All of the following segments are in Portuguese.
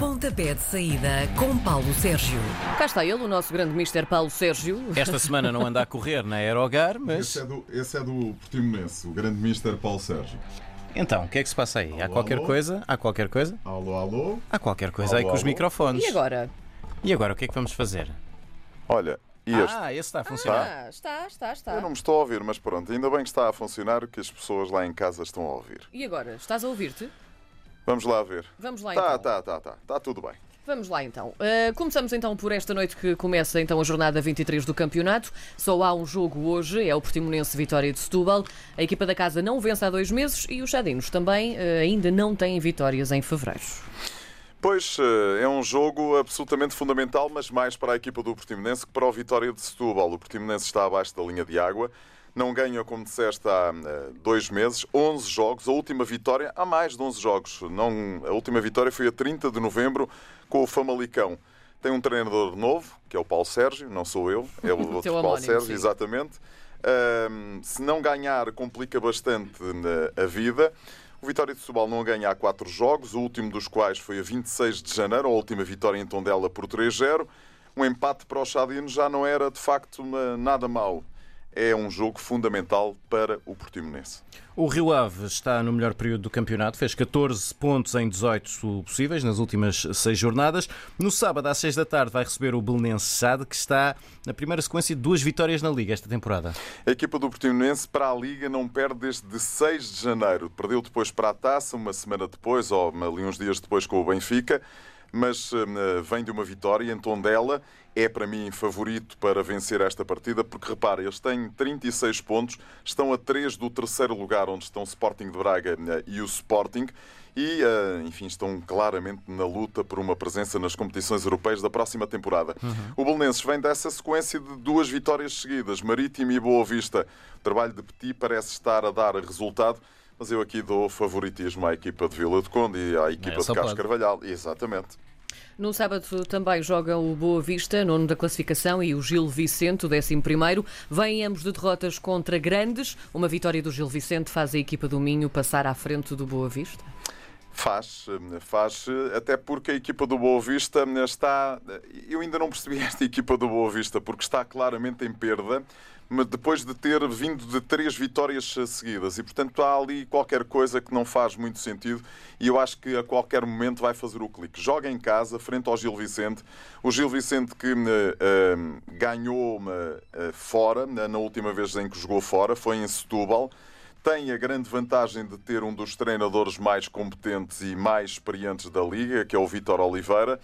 Pontapé de saída com Paulo Sérgio. Cá está ele, o nosso grande Mister Paulo Sérgio. Esta semana não anda a correr na Aerogar, mas... Esse é do Portimonense, o grande Mister Paulo Sérgio. Então, o que é que se passa aí? Há qualquer coisa? Há qualquer coisa? Alô, alô? Há qualquer coisa aí Alô, com os alô? microfones. E agora? E agora, o que é que vamos fazer? Olha, e este? Esse está a funcionar. Está. Eu não me estou a ouvir, mas pronto, ainda bem que está a funcionar, que as pessoas lá em casa estão a ouvir. E agora? Estás a ouvir-te? Vamos lá ver. Vamos lá Tá, então. Está tudo bem. Vamos lá então. Começamos então por esta noite que começa então a jornada 23 do campeonato. Só há um jogo hoje, é o Portimonense Vitória de Setúbal. A equipa da casa não vence há 2 meses e os Chadinos também ainda não têm vitórias em fevereiro. Pois, é um jogo absolutamente fundamental, mas mais para a equipa do Portimonense que para o Vitória de Setúbal. O Portimonense está abaixo da linha de água. Não ganha, como disseste, há 2 meses, 11 jogos. A última vitória, há mais de 11 jogos. A última vitória foi a 30 de novembro com o Famalicão. Tem um treinador novo, que é o Paulo Sérgio, não sou eu, é o outro Paulo homónimo, Sérgio, sim. Exatamente. Se não ganhar, complica bastante a vida. O Vitória de Setúbal não ganha há 4 jogos, o último dos quais foi a 26 de janeiro, a última vitória em Tondela por 3-0. Um empate para os Chadinos já não era, de facto, nada mau. É um jogo fundamental para o Portimonense. O Rio Ave está no melhor período do campeonato, fez 14 pontos em 18 possíveis nas últimas 6 jornadas. No sábado, às 6 da tarde, vai receber o Belenenses SAD, que está na primeira sequência de 2 vitórias na Liga esta temporada. A equipa do Portimonense para a Liga não perde desde 6 de janeiro. Perdeu depois para a Taça, uma semana depois, ou ali uns dias depois com o Benfica, mas vem de uma vitória em Tondela. É para mim favorito para vencer esta partida, porque repara, eles têm 36 pontos, estão a 3 do terceiro lugar, onde estão o Sporting de Braga e o Sporting, e enfim, estão claramente na luta por uma presença nas competições europeias da próxima temporada. O Belenenses vem dessa sequência de 2 vitórias seguidas, Marítimo e Boa Vista. O trabalho de Petit parece estar a dar resultado, mas eu aqui dou favoritismo à equipa de Vila de Conde e à equipa de Carlos Carvalhal. Exatamente. No sábado também jogam o Boa Vista, 9º da classificação, e o Gil Vicente, o 11º. Vêm ambos de derrotas contra grandes. Uma vitória do Gil Vicente faz a equipa do Minho passar à frente do Boa Vista? Faz, até porque a equipa do Boa Vista está... Eu ainda não percebi esta equipa do Boa Vista, porque está claramente em perda, mas depois de ter vindo de 3 vitórias seguidas. E, portanto, há ali qualquer coisa que não faz muito sentido e eu acho que a qualquer momento vai fazer o clique. Joga em casa, frente ao Gil Vicente. O Gil Vicente que ganhou fora, na última vez em que jogou fora, foi em Setúbal. Tem a grande vantagem de ter um dos treinadores mais competentes e mais experientes da Liga, que é o Vítor Oliveira.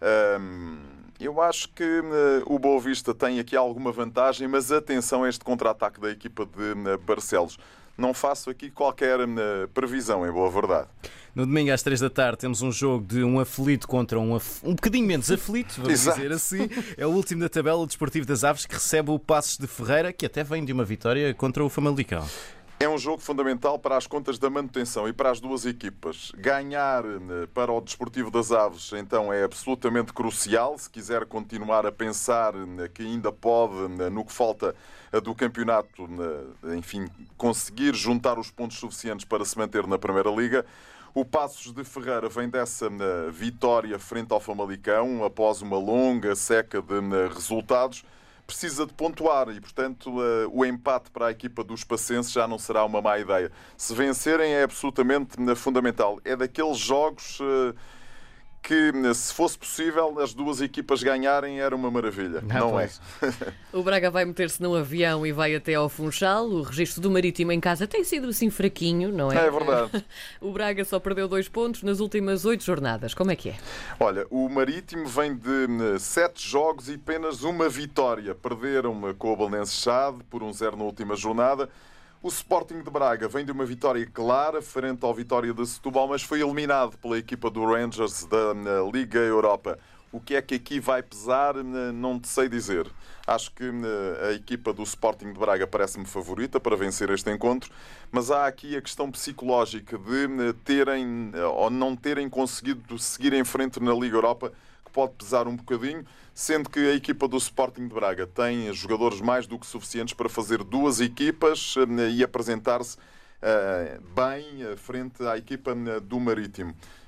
Eu acho que o Boa Vista tem aqui alguma vantagem, mas atenção a este contra-ataque da equipa de Barcelos. Não faço aqui qualquer previsão, em boa verdade. No domingo às 3 da tarde temos um jogo de um aflito contra um bocadinho menos aflito, vamos dizer assim. É o último da tabela, o Desportivo das Aves, que recebe o Passos de Ferreira, que até vem de uma vitória contra o Famalicão. É um jogo fundamental para as contas da manutenção e para as duas equipas. Ganhar para o Desportivo das Aves, então, é absolutamente crucial. Se quiser continuar a pensar que ainda pode, no que falta do campeonato, enfim, conseguir juntar os pontos suficientes para se manter na Primeira Liga. O Passos de Ferreira vem dessa vitória frente ao Famalicão, após uma longa seca de resultados. Precisa de pontuar e, portanto, o empate para a equipa dos passenses já não será uma má ideia. Se vencerem é absolutamente fundamental. É daqueles jogos que, se fosse possível, as duas equipas ganharem era uma maravilha. Não é? O Braga vai meter-se num avião e vai até ao Funchal. O registro do Marítimo em casa tem sido assim fraquinho, não é? É verdade. O Braga só perdeu 2 pontos nas últimas 8 jornadas. Como é que é? Olha, o Marítimo vem de 7 jogos e apenas uma vitória. Perderam com o Belenenses SAD por 1-0 na última jornada. O Sporting de Braga vem de uma vitória clara frente ao Vitória de Setúbal, mas foi eliminado pela equipa do Rangers da Liga Europa. O que é que aqui vai pesar, não te sei dizer. Acho que a equipa do Sporting de Braga parece-me favorita para vencer este encontro, mas há aqui a questão psicológica de terem ou não terem conseguido seguir em frente na Liga Europa, que pode pesar um bocadinho, sendo que a equipa do Sporting de Braga tem jogadores mais do que suficientes para fazer 2 equipas e apresentar-se bem frente à equipa do Marítimo.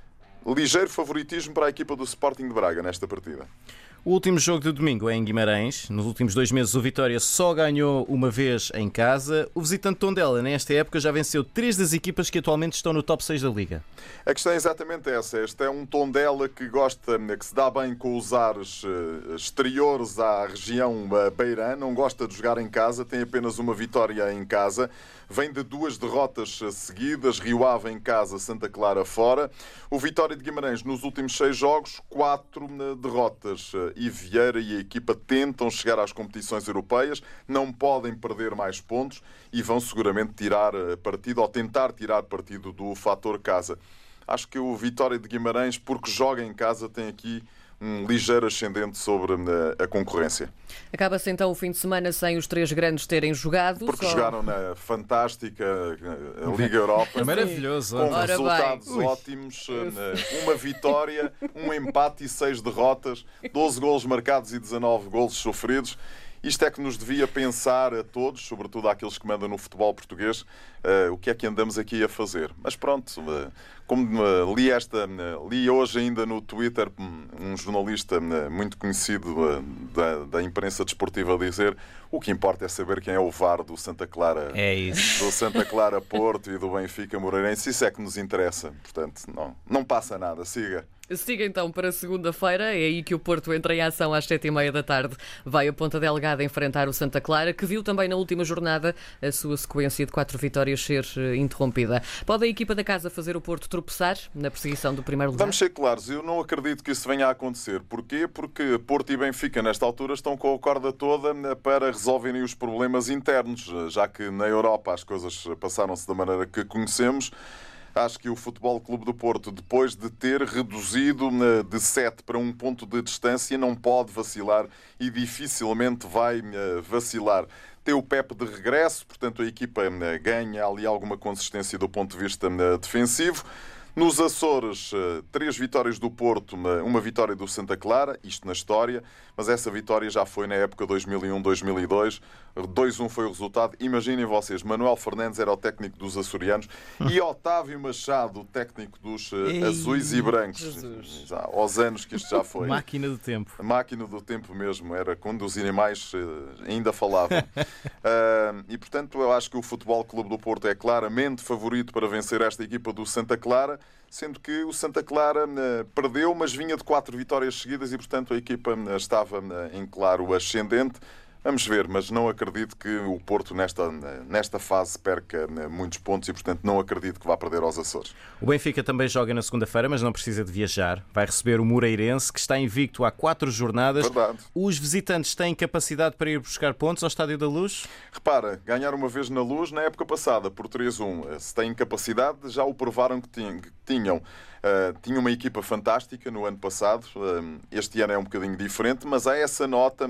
ligeiro favoritismo para a equipa do Sporting de Braga nesta partida. O último jogo de domingo é em Guimarães. Nos últimos 2 meses o Vitória só ganhou uma vez em casa. O visitante Tondela, nesta época, já venceu 3 das equipas que atualmente estão no top 6 da Liga. A questão é exatamente essa. Este é um Tondela que gosta, que se dá bem com os ares exteriores à região beirã, não gosta de jogar em casa, tem apenas uma vitória em casa. Vem de 2 derrotas seguidas, Rio Ave em casa, Santa Clara fora. O Vitória de Guimarães, nos últimos 6 jogos, 4 derrotas. E Vieira e a equipa tentam chegar às competições europeias, não podem perder mais pontos e vão seguramente tirar partido ou tentar tirar partido do fator casa. Acho que o Vitória de Guimarães, porque joga em casa, tem aqui um ligeiro ascendente sobre a concorrência. Acaba-se então o fim de semana sem os 3 grandes terem jogado. Porque jogaram na fantástica Liga Europa. É maravilhoso. Com resultados ótimos. Uma vitória, um empate e 6 derrotas. 12 golos marcados e 19 golos sofridos. Isto é que nos devia pensar a todos, sobretudo àqueles que mandam no futebol português, o que é que andamos aqui a fazer. Mas pronto, como li hoje ainda no Twitter um jornalista muito conhecido da imprensa desportiva a dizer: o que importa é saber quem é o VAR do Santa Clara, do Santa Clara Porto e do Benfica Moreirense. Isso é que nos interessa. Portanto, não passa nada. Siga. Siga então para segunda-feira, é aí que o Porto entra em ação às 7h30 da tarde. Vai a Ponta Delgada enfrentar o Santa Clara, que viu também na última jornada a sua sequência de 4 vitórias ser interrompida. Pode a equipa da casa fazer o Porto tropeçar na perseguição do primeiro lugar? Vamos ser claros, eu não acredito que isso venha a acontecer. Porquê? Porque Porto e Benfica, nesta altura, estão com a corda toda para resolverem os problemas internos, já que na Europa as coisas passaram-se da maneira que conhecemos. Acho que o Futebol Clube do Porto, depois de ter reduzido de 7 para 1 ponto de distância, não pode vacilar e dificilmente vai vacilar. Tem o Pepe de regresso, portanto a equipa ganha ali alguma consistência do ponto de vista defensivo. Nos Açores, 3 vitórias do Porto, uma vitória do Santa Clara, isto na história, mas essa vitória já foi na época 2001-2002. 2-1 foi o resultado. Imaginem vocês, Manuel Fernandes era o técnico dos açorianos e Otávio Machado, o técnico dos azuis e brancos. Aos anos que isto já foi. Máquina do tempo. A máquina do tempo mesmo, era quando os animais ainda falavam. E portanto eu acho que o Futebol Clube do Porto é claramente favorito para vencer esta equipa do Santa Clara, sendo que o Santa Clara perdeu, mas vinha de 4 vitórias seguidas e portanto a equipa estava em claro ascendente. Vamos ver, mas não acredito que o Porto nesta fase perca muitos pontos e, portanto, não acredito que vá perder aos Açores. O Benfica também joga na segunda-feira, mas não precisa de viajar. Vai receber o Moreirense, que está invicto há 4 jornadas. Verdade. Os visitantes têm capacidade para ir buscar pontos ao Estádio da Luz? Repara, ganhar uma vez na Luz na época passada, por 3-1. Se têm capacidade, já o provaram que tinham. Tinha uma equipa fantástica no ano passado. Este ano é um bocadinho diferente, mas há essa nota.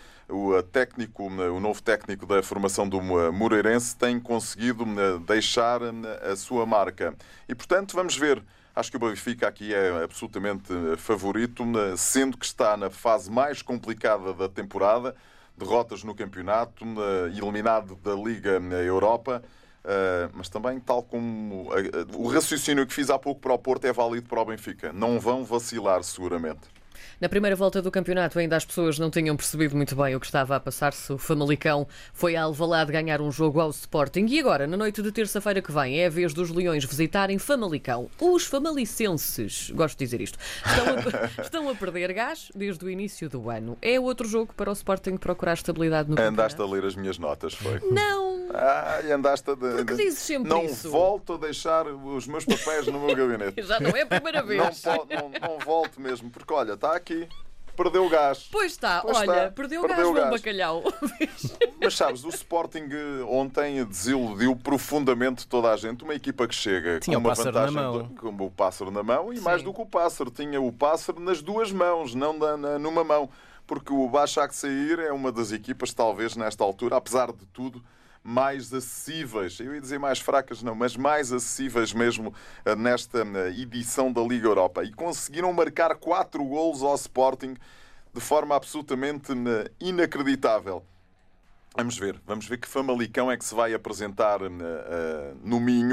O novo técnico da formação do Moreirense tem conseguido deixar a sua marca. E, portanto, vamos ver. Acho que o Benfica aqui é absolutamente favorito, sendo que está na fase mais complicada da temporada. Derrotas no campeonato, eliminado da Liga Europa. Mas também, tal como o raciocínio que fiz há pouco para o Porto é válido para o Benfica. Não vão vacilar, seguramente. Na primeira volta do campeonato ainda as pessoas não tinham percebido muito bem o que estava a passar-se. O Famalicão foi a Alvalade ganhar um jogo ao Sporting. E agora, na noite de terça-feira que vem, é a vez dos Leões visitarem Famalicão. Os famalicenses, gosto de dizer isto, estão a perder gás desde o início do ano. É outro jogo para o Sporting procurar estabilidade no campeonato. Andaste a ler as minhas notas, foi? Não! Andaste a... Porque dizes sempre não isso? Não volto a deixar os meus papéis no meu gabinete. Já não é a primeira vez. Não volto mesmo, porque olha, está aqui. Perdeu o gás. Pois está, olha, perdeu o gás no bacalhau. Mas sabes, o Sporting ontem desiludiu profundamente toda a gente. Uma equipa que chega tinha com uma pássaro vantagem na mão. como o pássaro na mão e Sim. mais do que o pássaro. Tinha o pássaro nas 2 mãos, não numa mão. Porque o Başak Şehir é uma das equipas, talvez nesta altura, apesar de tudo, mais acessíveis, eu ia dizer mais fracas não, mas mais acessíveis mesmo nesta edição da Liga Europa. E conseguiram marcar 4 golos ao Sporting de forma absolutamente inacreditável. Vamos ver que Famalicão é que se vai apresentar no Minho.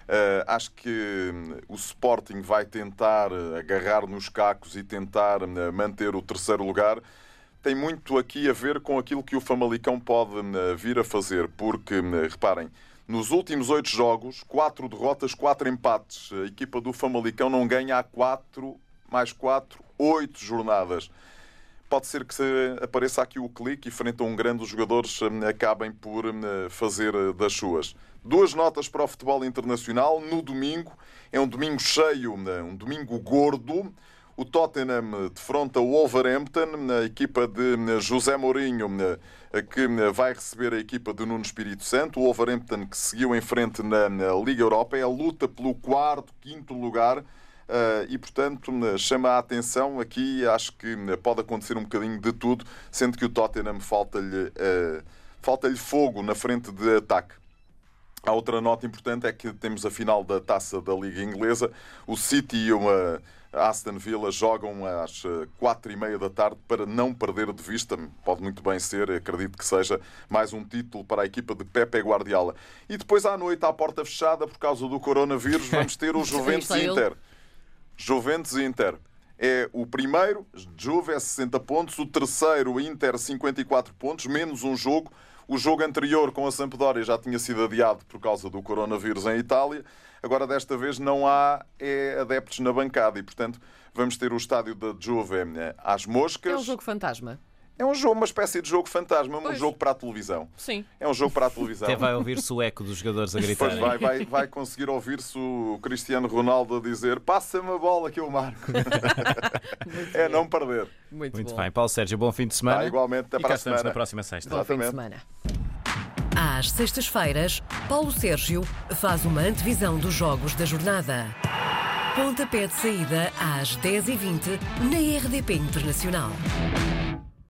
Acho que o Sporting vai tentar agarrar nos cacos e tentar manter o terceiro lugar. Tem muito aqui a ver com aquilo que o Famalicão pode vir a fazer, porque, reparem, nos últimos 8 jogos, 4 derrotas, 4 empates. A equipa do Famalicão não ganha há 4 mais 4, 8 jornadas. Pode ser que apareça aqui o clique e frente a um grande, os jogadores acabem por fazer das suas. 2 notas para o futebol internacional. No domingo, é um domingo cheio, um domingo gordo. O Tottenham defronta o Wolverhampton, a equipa de José Mourinho, que vai receber a equipa de Nuno Espírito Santo. O Wolverhampton que seguiu em frente na Liga Europa. É a luta pelo 4º, 5º lugar. E, portanto, chama a atenção aqui. Acho que pode acontecer um bocadinho de tudo, sendo que o Tottenham falta-lhe fogo na frente de ataque. A outra nota importante é que temos a final da Taça da Liga Inglesa. O City e uma Aston Villa jogam às 4h30 da tarde para não perder de vista. Pode muito bem ser, acredito que seja, mais um título para a equipa de Pepe Guardiola. E depois à noite, à porta fechada, por causa do coronavírus, vamos ter o Juventus e Inter. Juventus e Inter. É o primeiro, Juve é 60 pontos, o terceiro, Inter, 54 pontos, menos um jogo. O jogo anterior com a Sampdoria já tinha sido adiado por causa do coronavírus em Itália. Agora, desta vez, não há adeptos na bancada e, portanto, vamos ter o estádio da Juve às moscas. É um jogo fantasma. É um jogo, uma espécie de jogo fantasma, um jogo para a televisão. Sim. É um jogo para a televisão. Até vai ouvir-se o eco dos jogadores a gritarem. Pois vai conseguir ouvir-se o Cristiano Ronaldo a dizer: passa-me a bola que eu marco. É não perder. Muito Muito bom. bem. Paulo Sérgio, bom fim de semana. Igualmente, até E para cá a estamos semana. na próxima sexta. Bom fim de Exatamente. semana. Às sextas-feiras, Paulo Sérgio faz uma antevisão dos jogos da jornada. Pontapé de saída às 10h20 na RDP Internacional.